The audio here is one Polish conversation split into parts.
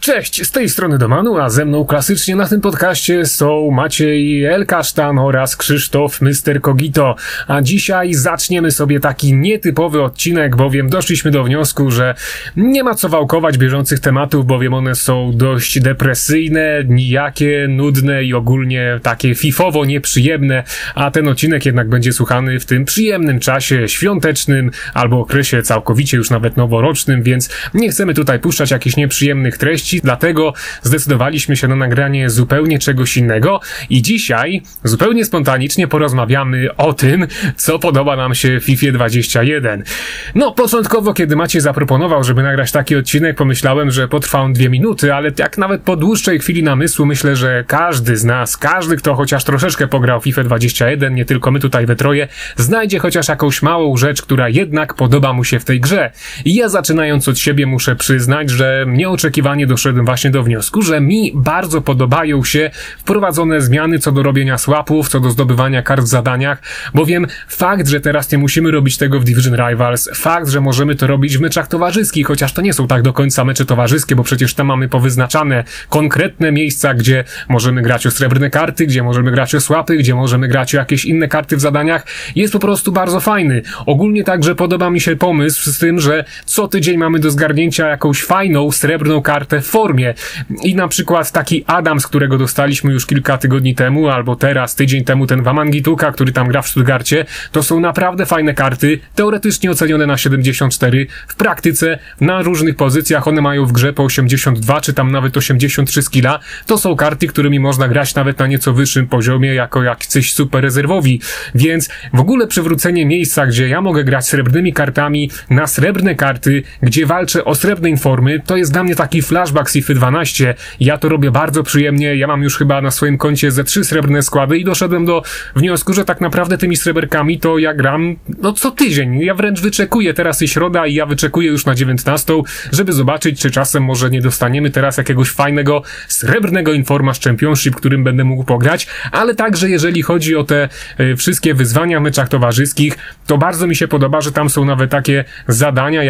Cześć, z tej strony Domanu, a ze mną klasycznie na tym podcaście są Maciej El Kasztan oraz Krzysztof Mr. Kogito. A dzisiaj zaczniemy sobie taki nietypowy odcinek, bowiem doszliśmy do wniosku, że nie ma co wałkować bieżących tematów, bowiem one są dość depresyjne, nijakie, nudne i ogólnie takie fifowo nieprzyjemne, a ten odcinek jednak będzie słuchany w tym przyjemnym czasie świątecznym albo okresie całkowicie już nawet noworocznym, więc nie chcemy tutaj puszczać jakichś nieprzyjemnych treści, dlatego zdecydowaliśmy się na nagranie zupełnie czegoś innego i dzisiaj zupełnie spontanicznie porozmawiamy o tym, co podoba nam się w FIFA 21. No, początkowo, kiedy Maciej zaproponował, żeby nagrać taki odcinek, pomyślałem, że potrwa on 2 minuty, ale jak nawet po dłuższej chwili namysłu, myślę, że każdy z nas, każdy, kto chociaż troszeczkę pograł w FIFA 21, nie tylko my tutaj we troje, znajdzie chociaż jakąś małą rzecz, która jednak podoba mu się w tej grze. I ja, zaczynając od siebie, muszę przyznać, że nieoczekiwanie doszedłem właśnie do wniosku, że mi bardzo podobają się wprowadzone zmiany co do robienia swapów, co do zdobywania kart w zadaniach, bowiem fakt, że teraz nie musimy robić tego w Division Rivals, fakt, że możemy to robić w meczach towarzyskich, chociaż to nie są tak do końca mecze towarzyskie, bo przecież tam mamy powyznaczane konkretne miejsca, gdzie możemy grać o srebrne karty, gdzie możemy grać o swapy, gdzie możemy grać o jakieś inne karty w zadaniach, jest po prostu bardzo fajny. Ogólnie także podoba mi się pomysł z tym, że co tydzień mamy do zgarnięcia jakąś fajną, srebrną kartę w formie. I na przykład taki Adams, którego dostaliśmy już kilka tygodni temu, albo teraz, tydzień temu ten Wamangituka, który tam gra w Stuttgarcie, to są naprawdę fajne karty, teoretycznie ocenione na 74, w praktyce na różnych pozycjach one mają w grze po 82, czy tam nawet 83 skilla, to są karty, którymi można grać nawet na nieco wyższym poziomie, jako jacyś super rezerwowi, więc w ogóle przywrócenie miejsca, gdzie ja mogę grać srebrnymi kartami na srebrne karty, gdzie walczę o srebrne informy, to jest dla mnie taki flashback z FIFA 12. Ja to robię bardzo przyjemnie, ja mam już chyba na swoim koncie ze 3 srebrne składy i doszedłem do wniosku, że tak naprawdę tymi sreberkami to ja gram co tydzień. Ja wręcz wyczekuję, teraz jest środa i ja wyczekuję już na 19, żeby zobaczyć, czy czasem może nie dostaniemy teraz jakiegoś fajnego srebrnego informa z Championship, którym będę mógł pograć, ale także jeżeli chodzi o te wszystkie wyzwania w meczach towarzyskich, to bardzo mi się podoba, że tam są nawet takie zadania,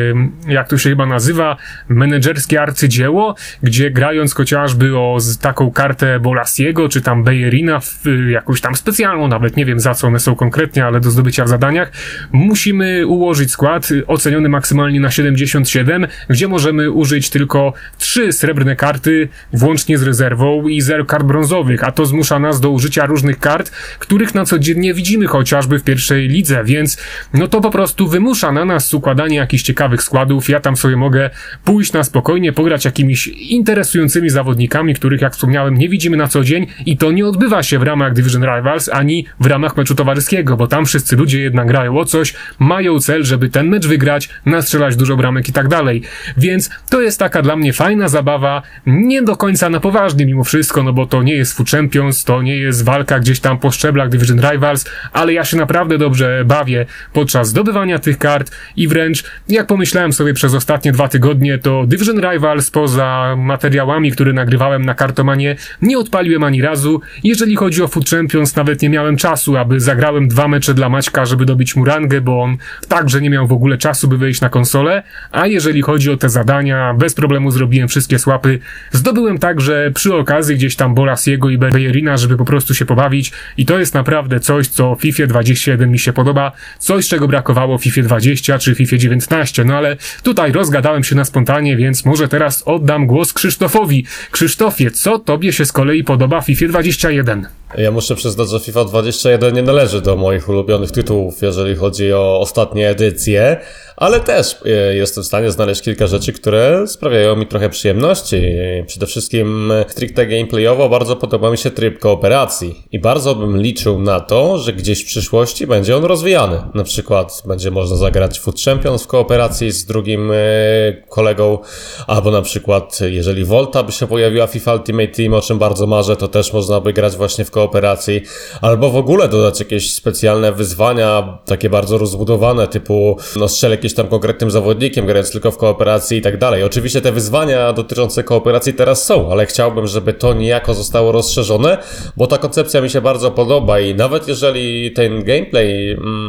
jak to się chyba nazywa, menedżerskie arcydzieło, gdzie grając chociażby o taką kartę Bolasiego, czy tam Beyerina, jakąś tam specjalną, nawet nie wiem za co one są konkretnie, ale do zdobycia w zadaniach, musimy ułożyć skład oceniony maksymalnie na 77, gdzie możemy użyć tylko 3 srebrne karty, włącznie z rezerwą i 0 kart brązowych, a to zmusza nas do użycia różnych kart, których na co dzień nie widzimy chociażby w pierwszej lidze, więc no to po prostu wymusza na nas układanie jakichś ciekawych składów. Ja tam sobie mogę pójść na spokojnie, pograć jakimiś interesującymi zawodnikami, których, jak wspomniałem, nie widzimy na co dzień i to nie odbywa się w ramach Division Rivals ani w ramach meczu towarzyskiego, bo tam wszyscy ludzie jednak grają o coś, mają cel, żeby ten mecz wygrać, nastrzelać dużo bramek i tak dalej. Więc to jest taka dla mnie fajna zabawa, nie do końca na poważnie mimo wszystko, no bo to nie jest FUT Champions, to nie jest walka gdzieś tam po szczeblach Division Rivals, ale ja się naprawdę dobrze bawię podczas zdobywania tych kart i wręcz, jak pomyślałem sobie przez ostatnie 2 tygodnie, to Division Rivals poza materiałami, które nagrywałem na Kartomanie, nie odpaliłem ani razu. Jeżeli chodzi o FUT Champions, nawet nie miałem czasu, aby zagrałem 2 mecze dla Maćka, żeby dobić mu rangę, bo on także nie miał w ogóle czasu, by wejść na konsolę, a jeżeli chodzi o te zadania, bez problemu zrobiłem wszystkie swapy. Zdobyłem także przy okazji gdzieś tam Bolasiego i Beyerina, żeby po prostu się pobawić i to jest naprawdę coś, co w FIFA 21 mi się podoba, coś, czego brakowało w FIFA 20 czy FIFA 19, no ale tutaj rozgadałem się na spontanie, więc może teraz oddam głos Krzysztofowi. Krzysztofie, co tobie się z kolei podoba w FIFA 21? Ja muszę przyznać, że FIFA 21 nie należy do moich ulubionych tytułów, jeżeli chodzi o ostatnie edycje, ale też jestem w stanie znaleźć kilka rzeczy, które sprawiają mi trochę przyjemności. Przede wszystkim stricte gameplayowo bardzo podoba mi się tryb kooperacji i bardzo bym liczył na to, że gdzieś w przyszłości będzie on rozwijany. Na przykład będzie można zagrać FUT Champions w kooperacji z drugim kolegą, albo na przykład jeżeli Volta by się pojawiła w FIFA Ultimate Team, o czym bardzo marzę, to też można by grać właśnie w kooperacji, albo w ogóle dodać jakieś specjalne wyzwania, takie bardzo rozbudowane, typu strzel jakimś tam konkretnym zawodnikiem, grając tylko w kooperacji i tak dalej. Oczywiście te wyzwania dotyczące kooperacji teraz są, ale chciałbym, żeby to niejako zostało rozszerzone, bo ta koncepcja mi się bardzo podoba i nawet jeżeli ten gameplay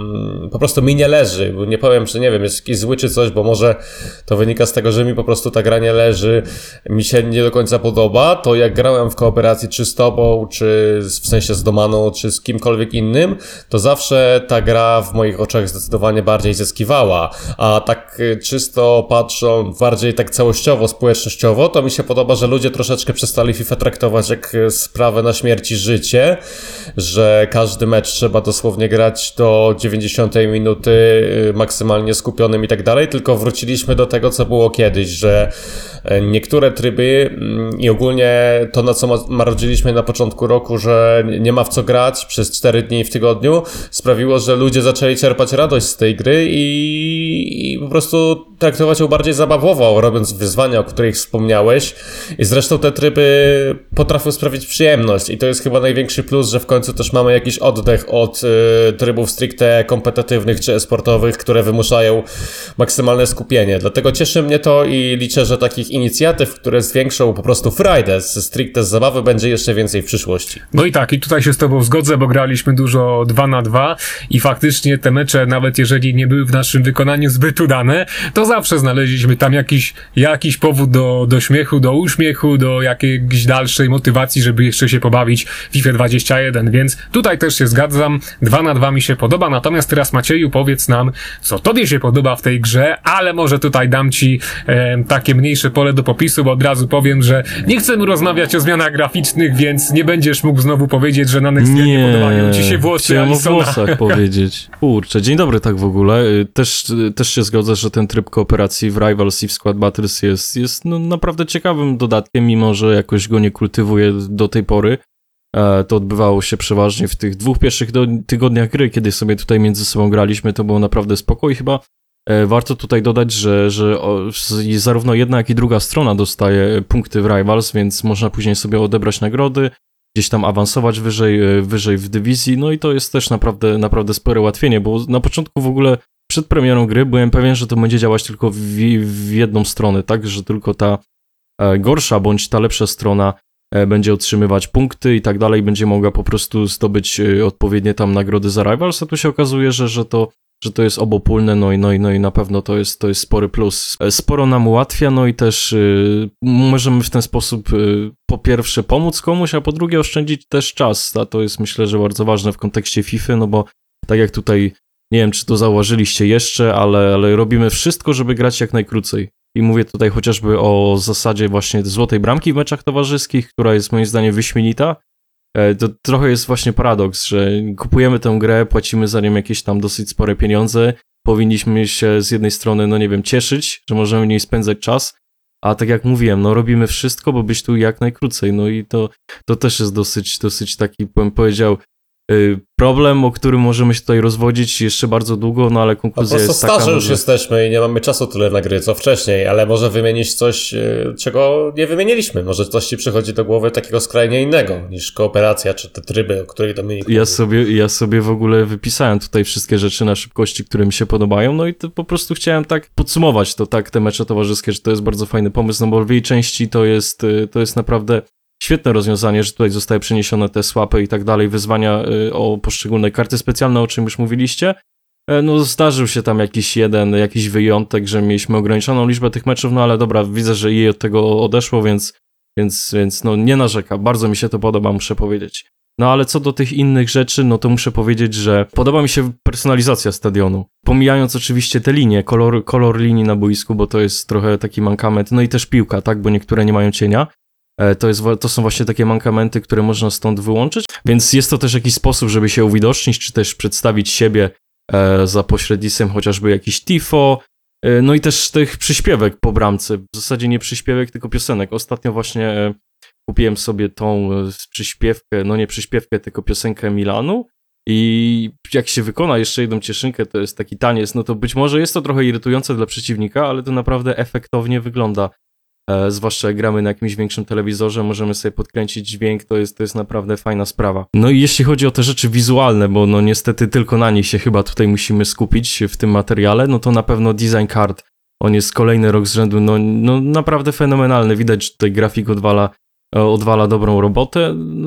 po prostu mi nie leży. Nie powiem, że nie wiem, jest jakiś zły czy coś, bo może to wynika z tego, że mi po prostu ta gra nie leży, mi się nie do końca podoba. To jak grałem w kooperacji czy z tobą, czy w sensie z Domaną, czy z kimkolwiek innym, to zawsze ta gra w moich oczach zdecydowanie bardziej zyskiwała. A tak czysto patrząc, bardziej tak całościowo, społecznościowo, to mi się podoba, że ludzie troszeczkę przestali FIFA traktować jak sprawę na śmierć i życie, że każdy mecz trzeba dosłownie grać do 90 minuty maksymalnie skupionym i tak dalej, tylko wróciliśmy do tego, co było kiedyś, że niektóre tryby i ogólnie to, na co marudziliśmy na początku roku, że nie ma w co grać przez 4 dni w tygodniu, sprawiło, że ludzie zaczęli czerpać radość z tej gry i po prostu traktować ją bardziej zabawowo, robiąc wyzwania, o których wspomniałeś. I zresztą te tryby potrafią sprawić przyjemność i to jest chyba największy plus, że w końcu też mamy jakiś oddech od trybów stricte kompetytywnych czy e-sportowych, które wymuszają maksymalne skupienie. Dlatego cieszy mnie to i liczę, że takich inicjatyw, które zwiększą po prostu frajdę stricte z zabawy, będzie jeszcze więcej w przyszłości. No i tak, i tutaj się z tobą zgodzę, bo graliśmy dużo 2-2 i faktycznie te mecze, nawet jeżeli nie były w naszym wykonaniu zbyt udane, to zawsze znaleźliśmy tam jakiś powód do śmiechu, do uśmiechu, do jakiejś dalszej motywacji, żeby jeszcze się pobawić w FIFA 21, więc tutaj też się zgadzam, 2-2 mi się podoba, natomiast teraz Macieju, powiedz nam, co tobie się podoba w tej grze, ale może tutaj dam ci takie mniejsze pole do popisu, bo od razu powiem, że nie chcemy rozmawiać o zmianach graficznych, więc nie będziesz mógł znowu powiedzieć, że na Next Gen nie podobają ci się włosy chciałem o Alisona. włosach powiedzieć. Kurczę, dzień dobry tak w ogóle. Też się zgodzę, że ten tryb kooperacji w Rivals i w Squad Battles jest no, naprawdę ciekawym dodatkiem, mimo że jakoś go nie kultywuję do tej pory. To odbywało się przeważnie w tych 2 pierwszych tygodniach gry, kiedy sobie tutaj między sobą graliśmy, to było naprawdę spoko i chyba warto tutaj dodać, że zarówno jedna, jak i druga strona dostaje punkty w Rivals, więc można później sobie odebrać nagrody, gdzieś tam awansować wyżej w dywizji, no i to jest też naprawdę spore ułatwienie, bo na początku w ogóle przed premierą gry byłem pewien, że to będzie działać tylko w jedną stronę, tak, że tylko ta gorsza bądź ta lepsza strona będzie otrzymywać punkty i tak dalej, będzie mogła po prostu zdobyć odpowiednie tam nagrody za Rivals, a tu się okazuje, że to jest obopólne, no i na pewno to jest spory plus. Sporo nam ułatwia, no i też możemy w ten sposób po pierwsze pomóc komuś, a po drugie oszczędzić też czas, a to jest myślę, że bardzo ważne w kontekście FIFA, no bo tak jak tutaj, nie wiem czy to zauważyliście jeszcze, ale robimy wszystko, żeby grać jak najkrócej. I mówię tutaj chociażby o zasadzie właśnie złotej bramki w meczach towarzyskich, która jest moim zdaniem wyśmienita. To trochę jest właśnie paradoks, że kupujemy tę grę, płacimy za nią jakieś tam dosyć spore pieniądze, powinniśmy się z jednej strony, no nie wiem, cieszyć, że możemy w niej spędzać czas, a tak jak mówiłem, no robimy wszystko, by być tu jak najkrócej, no i to też jest dosyć taki, bym powiedział, problem, o którym możemy się tutaj rozwodzić jeszcze bardzo długo, no ale konkluzja jest taka... Po prostu starzy już jesteśmy i nie mamy czasu tyle na gry, co wcześniej, ale może wymienić coś, czego nie wymieniliśmy. Może coś ci przychodzi do głowy takiego skrajnie innego niż kooperacja, czy te tryby, o których Dominik mówił. Ja sobie w ogóle wypisałem tutaj wszystkie rzeczy na szybkości, które mi się podobają, no i to po prostu chciałem tak podsumować to tak, te mecze towarzyskie, że to jest bardzo fajny pomysł, no bo w jej części to jest naprawdę świetne rozwiązanie, że tutaj zostały przeniesione te swapy i tak dalej, wyzwania o poszczególne karty specjalne, o czym już mówiliście. No zdarzył się tam jakiś wyjątek, że mieliśmy ograniczoną liczbę tych meczów, no ale dobra, widzę, że jej od tego odeszło, więc no nie narzeka. Bardzo mi się to podoba, muszę powiedzieć. No ale co do tych innych rzeczy, no to muszę powiedzieć, że podoba mi się personalizacja stadionu. Pomijając oczywiście te linie, kolor linii na boisku, bo to jest trochę taki mankament, no i też piłka, tak, bo niektóre nie mają cienia. To są właśnie takie mankamenty, które można stąd wyłączyć, więc jest to też jakiś sposób, żeby się uwidocznić, czy też przedstawić siebie za pośrednictwem chociażby jakiś tifo, no i też tych przyśpiewek po bramce, w zasadzie nie przyśpiewek, tylko piosenek. Ostatnio właśnie kupiłem sobie tą przyśpiewkę, no nie przyśpiewkę, tylko piosenkę Milanu i jak się wykona jeszcze jedną cieszynkę, to jest taki taniec, no to być może jest to trochę irytujące dla przeciwnika, ale to naprawdę efektownie wygląda. Zwłaszcza jak gramy na jakimś większym telewizorze, możemy sobie podkręcić dźwięk, to jest naprawdę fajna sprawa. No i jeśli chodzi o te rzeczy wizualne, bo no niestety tylko na nich się chyba tutaj musimy skupić w tym materiale, no to na pewno design card, on jest kolejny rok z rzędu, no naprawdę fenomenalny, widać, że tutaj grafik odwala dobrą robotę, no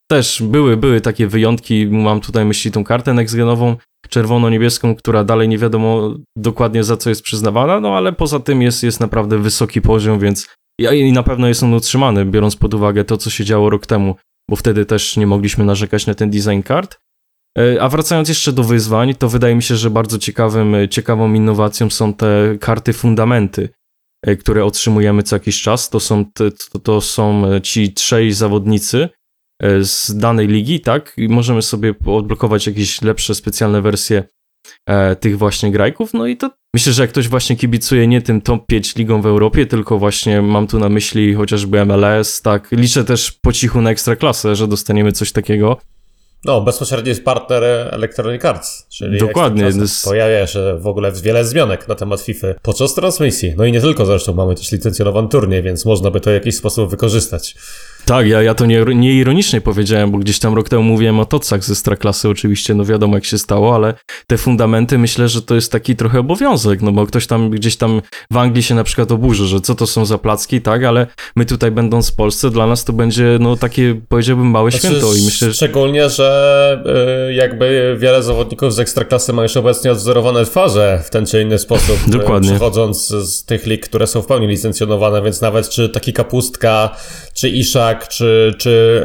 też były takie wyjątki, mam tutaj myśli tą kartę next-genową, czerwono-niebieską, która dalej nie wiadomo dokładnie za co jest przyznawana, no ale poza tym jest naprawdę wysoki poziom, więc i na pewno jest on utrzymany, biorąc pod uwagę to, co się działo rok temu, bo wtedy też nie mogliśmy narzekać na ten design kart. A wracając jeszcze do wyzwań, to wydaje mi się, że bardzo ciekawą innowacją są te karty fundamenty, które otrzymujemy co jakiś czas. To są ci 3 zawodnicy z danej ligi, tak? I możemy sobie odblokować jakieś lepsze, specjalne wersje tych właśnie grajków. No i to myślę, że jak ktoś właśnie kibicuje nie tym top 5 ligą w Europie, tylko właśnie mam tu na myśli chociażby MLS, tak? Liczę też po cichu na Ekstraklasę, że dostaniemy coś takiego. No, bezpośredni jest partner Electronic Arts, czyli dokładnie. Pojawia się w ogóle wiele zmianek na temat FIFA podczas transmisji. No i nie tylko zresztą, mamy też licencjonowany turniej, więc można by to w jakiś sposób wykorzystać. Tak, ja to nie ironicznie powiedziałem, bo gdzieś tam rok temu mówiłem o tocach ze Ekstraklasy, oczywiście, no wiadomo jak się stało, ale te fundamenty myślę, że to jest taki trochę obowiązek, no bo ktoś tam gdzieś tam w Anglii się na przykład oburzy, że co to są za placki, tak, ale my tutaj będąc w Polsce, dla nas to będzie no takie, powiedziałbym, małe święto i myślę, że... Szczególnie, że jakby wiele zawodników z Ekstraklasy ma już obecnie odwzorowane twarze w ten czy inny sposób, dokładnie. Przechodząc z tych lig, które są w pełni licencjonowane, więc nawet czy taki Kapustka, czy Iszak, czy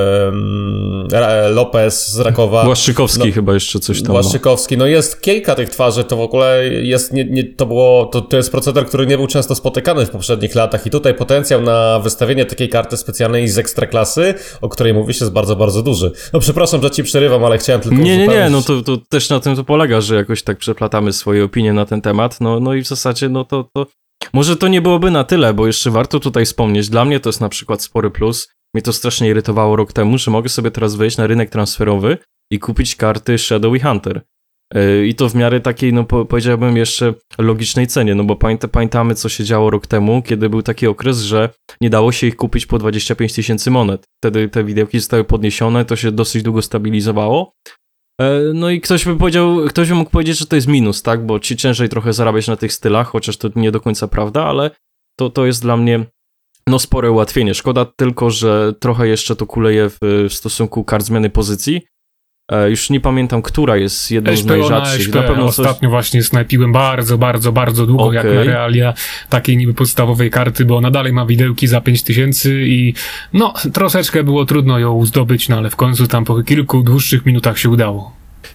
Lopez z Rakowa. Błaszczykowski chyba jeszcze coś tam. Błaszczykowski, no jest kilka tych twarzy, to w ogóle jest, to jest proceder, który nie był często spotykany w poprzednich latach i tutaj potencjał na wystawienie takiej karty specjalnej z Ekstraklasy, o której mówi się, jest bardzo, bardzo duży. No przepraszam, że ci przerywam, ale chciałem tylko Nie, no to też na tym to polega, że jakoś tak przeplatamy swoje opinie na ten temat, no i w zasadzie no to może to nie byłoby na tyle, bo jeszcze warto tutaj wspomnieć, dla mnie to jest na przykład spory plus, mnie to strasznie irytowało rok temu, że mogę sobie teraz wejść na rynek transferowy i kupić karty Shadow i Hunter. I to w miarę takiej, no powiedziałbym jeszcze logicznej cenie, no bo pamiętamy co się działo rok temu, kiedy był taki okres, że nie dało się ich kupić po 25 000 monet. Wtedy te widełki zostały podniesione, to się dosyć długo stabilizowało. No i ktoś by mógł powiedzieć, że to jest minus, tak, bo ci ciężej trochę zarabiać na tych stylach, chociaż to nie do końca prawda, ale to jest dla mnie no spore ułatwienie. Szkoda tylko, że trochę jeszcze to kuleje w stosunku kart zmiany pozycji. Już nie pamiętam, która jest jedną z najrzadszych. Na pewno ostatnio właśnie snajpiłem bardzo długo, jak na realia takiej niby podstawowej karty, bo ona dalej ma widełki za 5000 i no troszeczkę było trudno ją zdobyć, no ale w końcu tam po kilku dłuższych minutach się udało.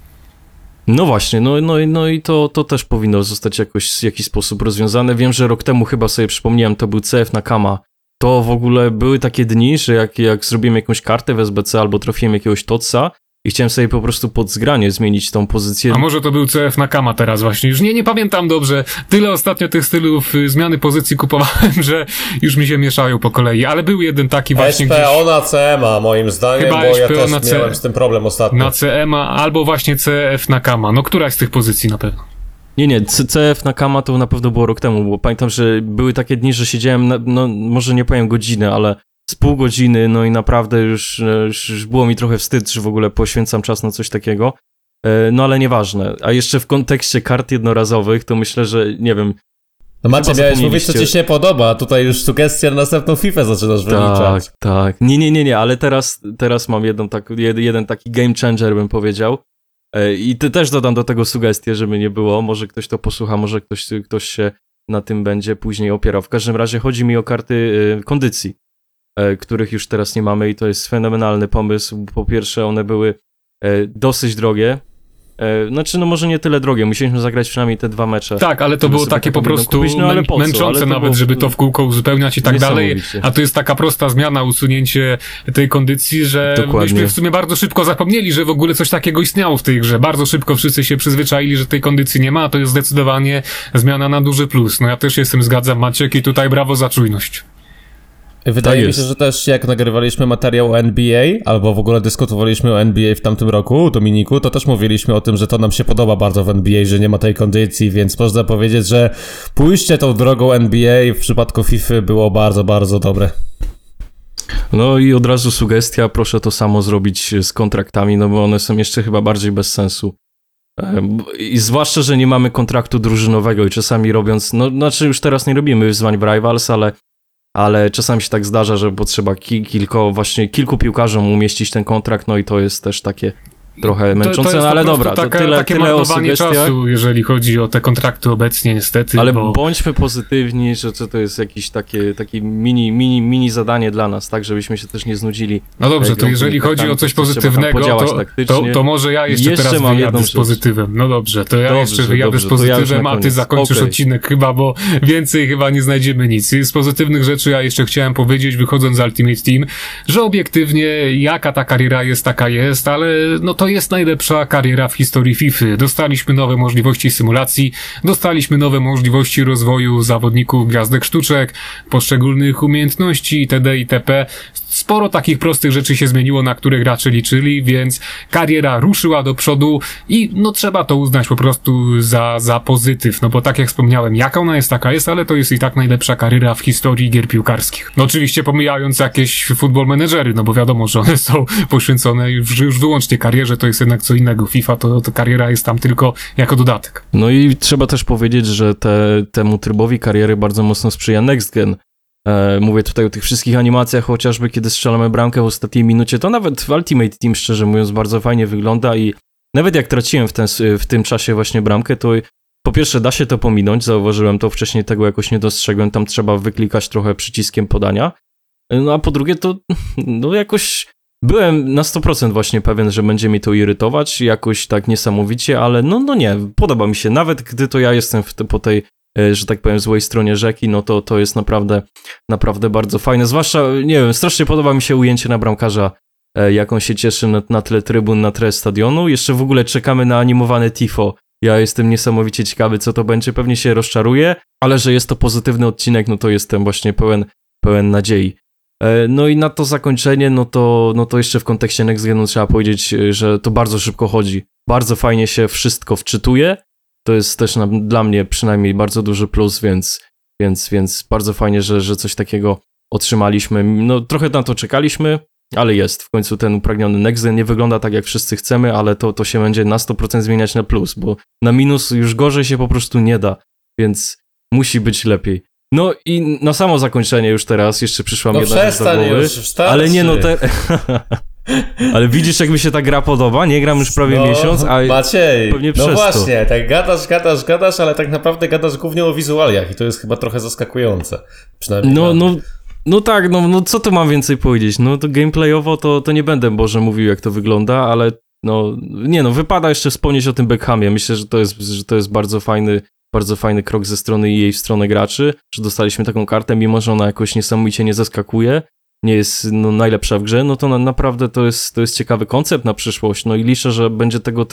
No właśnie, no i to też powinno zostać w jakiś sposób rozwiązane. Wiem, że rok temu chyba sobie przypomniałem, to był CF Nakama. To w ogóle były takie dni, że jak zrobiłem jakąś kartę w SBC albo trafiłem jakiegoś TOTSa i chciałem sobie po prostu pod zgranie zmienić tą pozycję. A może to był CF Nakama teraz właśnie? Już nie pamiętam dobrze. Tyle ostatnio tych stylów zmiany pozycji kupowałem, że już mi się mieszają po kolei. Ale był jeden taki właśnie SPO na CMA moim zdaniem, chyba bo ja też miałem z tym problem ostatnio. Na CMA albo właśnie CF Nakama. No któraś z tych pozycji na pewno. Nie, CF Nakama to na pewno było rok temu, bo pamiętam, że były takie dni, że siedziałem, no może nie powiem godzinę, ale z pół godziny, no i naprawdę już było mi trochę wstyd, że w ogóle poświęcam czas na coś takiego, no ale nieważne. A jeszcze w kontekście kart jednorazowych, to myślę, że nie wiem. No Macie, miałeś mówić, co ci się podoba, a tutaj już sugestia na następną FIFA zaczynasz wyliczać. Tak. Nie, ale teraz mam jeden taki game changer, bym powiedział. I też dodam do tego sugestię, żeby nie było, może ktoś to posłucha, może ktoś się na tym będzie później opierał. W każdym razie chodzi mi o karty kondycji, których już teraz nie mamy i to jest fenomenalny pomysł. Po pierwsze, one były dosyć drogie. Znaczy, no może nie tyle drogie, musieliśmy zagrać przynajmniej te 2 mecze. Tak, ale to było takie po prostu kupić, no, męczące nawet, było, żeby to w kółko uzupełniać i tak dalej. A to jest taka prosta zmiana, usunięcie tej kondycji, że myśmy w sumie bardzo szybko zapomnieli, że w ogóle coś takiego istniało w tej grze. Bardzo szybko wszyscy się przyzwyczaili, że tej kondycji nie ma, a to jest zdecydowanie zmiana na duży plus. No ja też się z tym zgadzam, Maciek, i tutaj brawo za czujność. Wydaje mi się, że też jak nagrywaliśmy materiał o NBA, albo w ogóle dyskutowaliśmy o NBA w tamtym roku, Dominiku, to też mówiliśmy o tym, że to nam się podoba bardzo w NBA, że nie ma tej kondycji, więc można powiedzieć, że pójście tą drogą NBA w przypadku FIFA było bardzo, bardzo dobre. No i od razu sugestia, proszę to samo zrobić z kontraktami, no bo one są jeszcze chyba bardziej bez sensu. I zwłaszcza, że nie mamy kontraktu drużynowego i czasami robiąc, no znaczy już teraz nie robimy wyzwań w Rivals, ale ale czasami się tak zdarza, że potrzeba kilku piłkarzom umieścić ten kontrakt, no i to jest też takie trochę męczące, to jest ale dobra, to takie tyle o marnowanie sugestiach. czasu, jeżeli chodzi o te kontrakty obecnie, niestety. Ale bądźmy pozytywni, że to jest jakieś takie mini zadanie dla nas, tak, żebyśmy się też nie znudzili. No dobrze, to jeżeli chodzi o coś pozytywnego, to może ja jeszcze teraz wyjadę z pozytywem. No dobrze, to ja jeszcze wyjadę z pozytywem, a ty zakończysz odcinek chyba, bo więcej chyba nie znajdziemy nic. Z pozytywnych rzeczy ja jeszcze chciałem powiedzieć, wychodząc z Ultimate Team, że obiektywnie jaka ta kariera jest, taka jest, ale no to jest najlepsza kariera w historii FIFA. Dostaliśmy nowe możliwości symulacji, dostaliśmy nowe możliwości rozwoju zawodników, gwiazdek sztuczek, poszczególnych umiejętności itd. itp. Sporo takich prostych rzeczy się zmieniło, na które gracze liczyli, więc kariera ruszyła do przodu i no trzeba to uznać po prostu za pozytyw, no bo tak jak wspomniałem, jaka ona jest, taka jest, ale to jest i tak najlepsza kariera w historii gier piłkarskich. No oczywiście pomijając jakieś football managery, no bo wiadomo, że one są poświęcone już wyłącznie karierze, to jest jednak co innego. FIFA to kariera jest tam tylko jako dodatek. No i trzeba też powiedzieć, że temu trybowi kariery bardzo mocno sprzyja Next Gen. Mówię tutaj o tych wszystkich animacjach, chociażby kiedy strzelamy bramkę w ostatniej minucie, to nawet w Ultimate Team, szczerze mówiąc, bardzo fajnie wygląda i nawet jak traciłem w tym czasie właśnie bramkę, to po pierwsze da się to pominąć, zauważyłem to wcześniej, tego jakoś nie dostrzegłem, tam trzeba wyklikać trochę przyciskiem podania, no a po drugie to no jakoś byłem na 100% właśnie pewien, że będzie mi to irytować jakoś tak niesamowicie, ale no nie, podoba mi się, nawet gdy to ja jestem po tej, że tak powiem, złej stronie rzeki, no to jest naprawdę bardzo fajne, zwłaszcza, nie wiem, strasznie podoba mi się ujęcie na bramkarza, jak on się cieszy na tle trybun, na tle stadionu, jeszcze w ogóle czekamy na animowane tifo, ja jestem niesamowicie ciekawy, co to będzie, pewnie się rozczaruję, ale że jest to pozytywny odcinek, no to jestem właśnie pełen nadziei. No i na to zakończenie, no to jeszcze w kontekście Next Genu trzeba powiedzieć, że to bardzo szybko chodzi, bardzo fajnie się wszystko wczytuje, to jest też dla mnie przynajmniej bardzo duży plus, więc bardzo fajnie, że coś takiego otrzymaliśmy. No trochę na to czekaliśmy, ale jest. W końcu ten upragniony Next Gen nie wygląda tak, jak wszyscy chcemy, ale to się będzie na 100% zmieniać na plus, bo na minus już gorzej się po prostu nie da, więc musi być lepiej. No i na samo zakończenie już teraz, jeszcze przyszła mi jedna rzecz do głowy. Już, ale nie no, ale widzisz, jak mi się ta gra podoba? Nie gram już prawie miesiąc, a Maciej, pewnie przez no właśnie, tak gadasz, ale tak naprawdę gadasz głównie o wizualiach i to jest chyba trochę zaskakujące. Przynajmniej no tak, no co tu mam więcej powiedzieć? No to gameplayowo to nie będę Boże mówił, jak to wygląda, ale wypada jeszcze wspomnieć o tym Beckhamie. Myślę, że to jest bardzo fajny krok ze strony EA w stronę graczy, że dostaliśmy taką kartę, mimo że ona jakoś niesamowicie nie zaskakuje, nie jest najlepsza w grze, no to naprawdę to jest ciekawy koncept na przyszłość, no i liczę, że będzie tego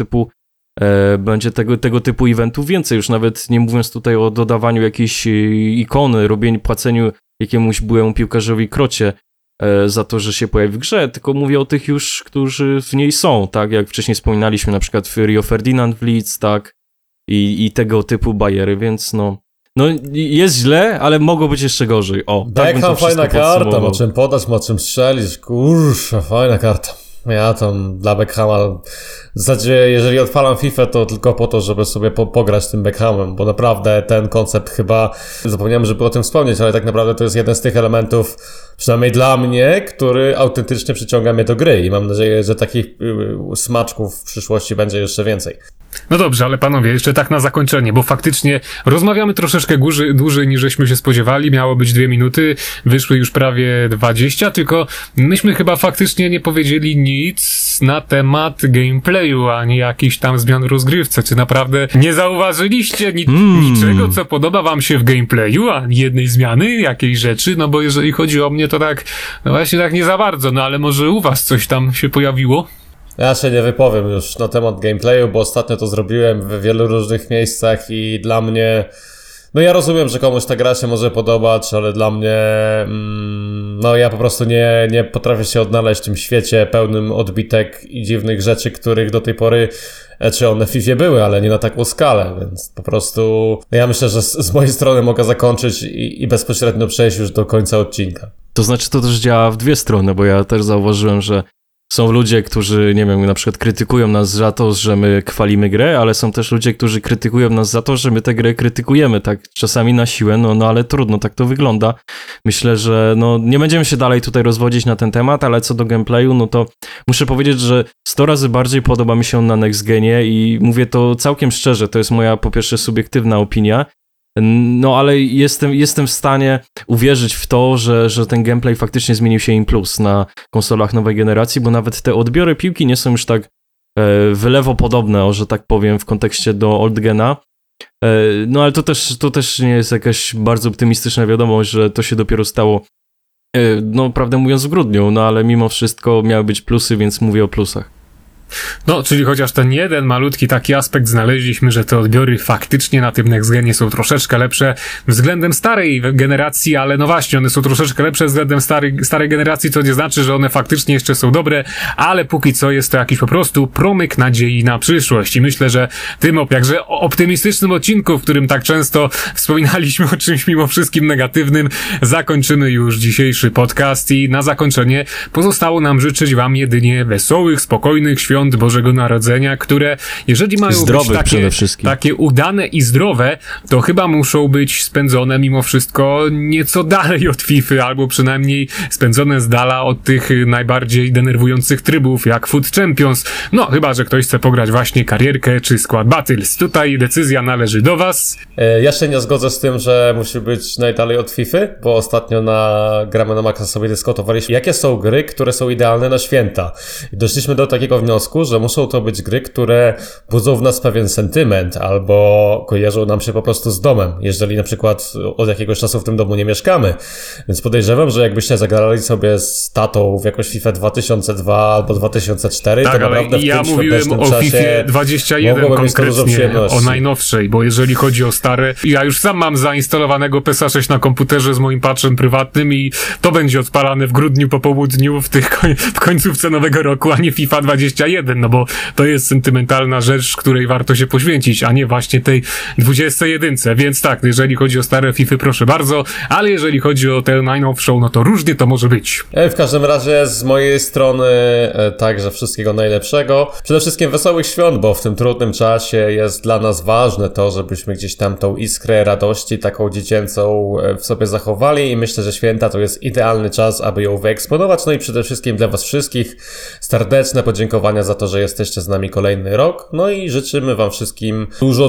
typu eventów więcej, już nawet nie mówiąc tutaj o dodawaniu jakiejś ikony, płaceniu jakiemuś byłemu piłkarzowi krocie za to, że się pojawi w grze, tylko mówię o tych już, którzy w niej są, tak, jak wcześniej wspominaliśmy, na przykład Rio Ferdinand w Leeds, tak, i tego typu bajery, więc no jest źle, ale mogło być jeszcze gorzej. O, tak bym to fajna karta, ma czym podać, ma czym strzelić, kurczę, fajna karta. Ja tam dla Beckhama, w zasadzie jeżeli odpalam FIFA, to tylko po to, żeby sobie pograć tym Beckhamem, bo naprawdę ten koncept chyba, zapomniałem, żeby o tym wspomnieć, ale tak naprawdę to jest jeden z tych elementów, przynajmniej dla mnie, który autentycznie przyciąga mnie do gry i mam nadzieję, że takich smaczków w przyszłości będzie jeszcze więcej. No dobrze, ale panowie, jeszcze tak na zakończenie, bo faktycznie rozmawiamy troszeczkę dłużej niż żeśmy się spodziewali, miało być 2 minuty, wyszły już prawie 20, tylko myśmy chyba faktycznie nie powiedzieli nic na temat gameplayu, ani jakichś tam zmian w rozgrywce. Czy naprawdę nie zauważyliście niczego, co podoba wam się w gameplayu, ani jednej zmiany, jakiejś rzeczy? No bo jeżeli chodzi o mnie, to tak, no właśnie tak nie za bardzo, no ale może u was coś tam się pojawiło? Ja się nie wypowiem już na temat gameplayu, bo ostatnio to zrobiłem w wielu różnych miejscach i dla mnie... No ja rozumiem, że komuś ta gra się może podobać, ale dla mnie... No ja po prostu nie potrafię się odnaleźć w tym świecie pełnym odbitek i dziwnych rzeczy, których do tej pory... Czy one w FIFA były, ale nie na taką skalę, więc po prostu... Ja myślę, że z mojej strony mogę zakończyć i bezpośrednio przejść już do końca odcinka. To znaczy to też działa w dwie strony, bo ja też zauważyłem, że są ludzie, którzy, nie wiem, na przykład krytykują nas za to, że my chwalimy grę, ale są też ludzie, którzy krytykują nas za to, że my tę grę krytykujemy, tak czasami na siłę, no ale trudno, tak to wygląda. Myślę, że no nie będziemy się dalej tutaj rozwodzić na ten temat, ale co do gameplayu, no to muszę powiedzieć, że 100 razy bardziej podoba mi się on na Next Genie i mówię to całkiem szczerze, to jest moja po pierwsze subiektywna opinia, no ale jestem w stanie uwierzyć w to, że ten gameplay faktycznie zmienił się in plus na konsolach nowej generacji, bo nawet te odbiory piłki nie są już tak wylewopodobne, że tak powiem, w kontekście do old gena. No ale to też nie jest jakaś bardzo optymistyczna wiadomość, że to się dopiero stało, no prawdę mówiąc, w grudniu, no ale mimo wszystko miały być plusy, więc mówię o plusach. No, czyli chociaż ten jeden malutki taki aspekt znaleźliśmy, że te odbiory faktycznie na tym Next Genie są troszeczkę lepsze względem starej generacji, ale no właśnie, one są troszeczkę lepsze względem starej generacji, co nie znaczy, że one faktycznie jeszcze są dobre, ale póki co jest to jakiś po prostu promyk nadziei na przyszłość i myślę, że tym jakże optymistycznym odcinku, w którym tak często wspominaliśmy o czymś mimo wszystkim negatywnym, zakończymy już dzisiejszy podcast i na zakończenie pozostało nam życzyć wam jedynie wesołych, spokojnych świąt Bożego Narodzenia, które jeżeli mają zdrowych być takie udane i zdrowe, to chyba muszą być spędzone mimo wszystko nieco dalej od FIFA, albo przynajmniej spędzone z dala od tych najbardziej denerwujących trybów, jak Foot Champions. No, chyba że ktoś chce pograć właśnie karierkę czy Squad Battles. Tutaj decyzja należy do was. Ja się nie zgodzę z tym, że musi być najdalej od FIFA, bo ostatnio na Gramy na Maxa sobie dyskutowaliśmy, jakie są gry, które są idealne na święta. I doszliśmy do takiego wniosku, że muszą to być gry, które budzą w nas pewien sentyment albo kojarzą nam się po prostu z domem, jeżeli na przykład od jakiegoś czasu w tym domu nie mieszkamy. Więc podejrzewam, że jakbyście zagrali sobie z tatą w jakąś FIFA 2002 albo 2004, tak, to naprawdę w ja tym mówiłem o FIFA 21 konkretnie, o najnowszej, bo jeżeli chodzi o stare, ja już sam mam zainstalowanego PESA 6 na komputerze z moim patchem prywatnym i to będzie odpalane w grudniu po południu w końcówce nowego roku, a nie FIFA 21, no bo to jest sentymentalna rzecz, której warto się poświęcić, a nie właśnie tej 21. Więc tak, jeżeli chodzi o stare FIFA, proszę bardzo, ale jeżeli chodzi o tę najnowszą, no to różnie to może być. W każdym razie z mojej strony także wszystkiego najlepszego. Przede wszystkim wesołych świąt, bo w tym trudnym czasie jest dla nas ważne to, żebyśmy gdzieś tam tą iskrę radości taką dziecięcą w sobie zachowali i myślę, że święta to jest idealny czas, aby ją wyeksponować. No i przede wszystkim dla was wszystkich serdeczne podziękowania za to, że jesteście z nami kolejny rok. No i życzymy wam wszystkim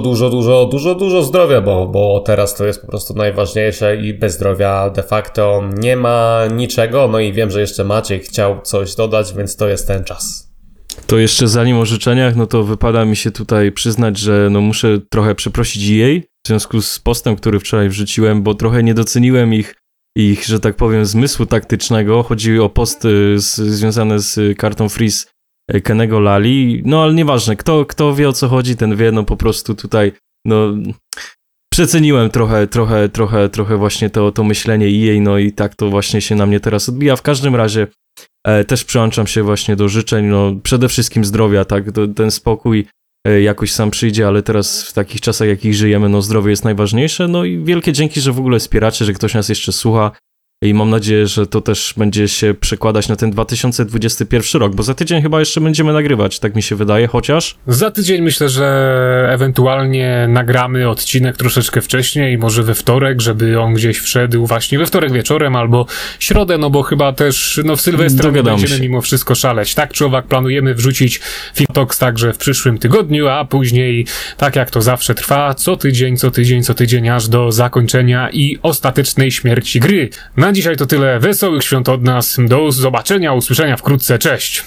dużo zdrowia, bo teraz to jest po prostu najważniejsze i bez zdrowia de facto nie ma niczego. No i wiem, że jeszcze Maciej chciał coś dodać, więc to jest ten czas. To jeszcze zanim o życzeniach, no to wypada mi się tutaj przyznać, że no muszę trochę przeprosić EA w związku z postem, który wczoraj wrzuciłem, bo trochę nie doceniłem ich, że tak powiem, zmysłu taktycznego. Chodzi o posty związane z kartą Freeze Kennego Lali, no ale nieważne, kto wie o co chodzi, ten wie, no po prostu tutaj, no przeceniłem trochę właśnie to myślenie EA, no i tak to właśnie się na mnie teraz odbija. W każdym razie też przyłączam się właśnie do życzeń, no przede wszystkim zdrowia, tak, ten spokój jakoś sam przyjdzie, ale teraz w takich czasach, jakich żyjemy, no zdrowie jest najważniejsze, no i wielkie dzięki, że w ogóle wspieracie, że ktoś nas jeszcze słucha. I mam nadzieję, że to też będzie się przekładać na ten 2021 rok, bo za tydzień chyba jeszcze będziemy nagrywać, tak mi się wydaje, chociaż... Za tydzień myślę, że ewentualnie nagramy odcinek troszeczkę wcześniej, może we wtorek, żeby on gdzieś wszedł właśnie we wtorek wieczorem albo środę, no bo chyba też w Sylwestra będziemy mimo wszystko szaleć. Tak czy owak planujemy wrzucić FIFA Talks także w przyszłym tygodniu, a później, tak jak to zawsze trwa, co tydzień, aż do zakończenia i ostatecznej śmierci gry. Na dzisiaj to tyle. Wesołych świąt od nas. Do zobaczenia, usłyszenia wkrótce. Cześć!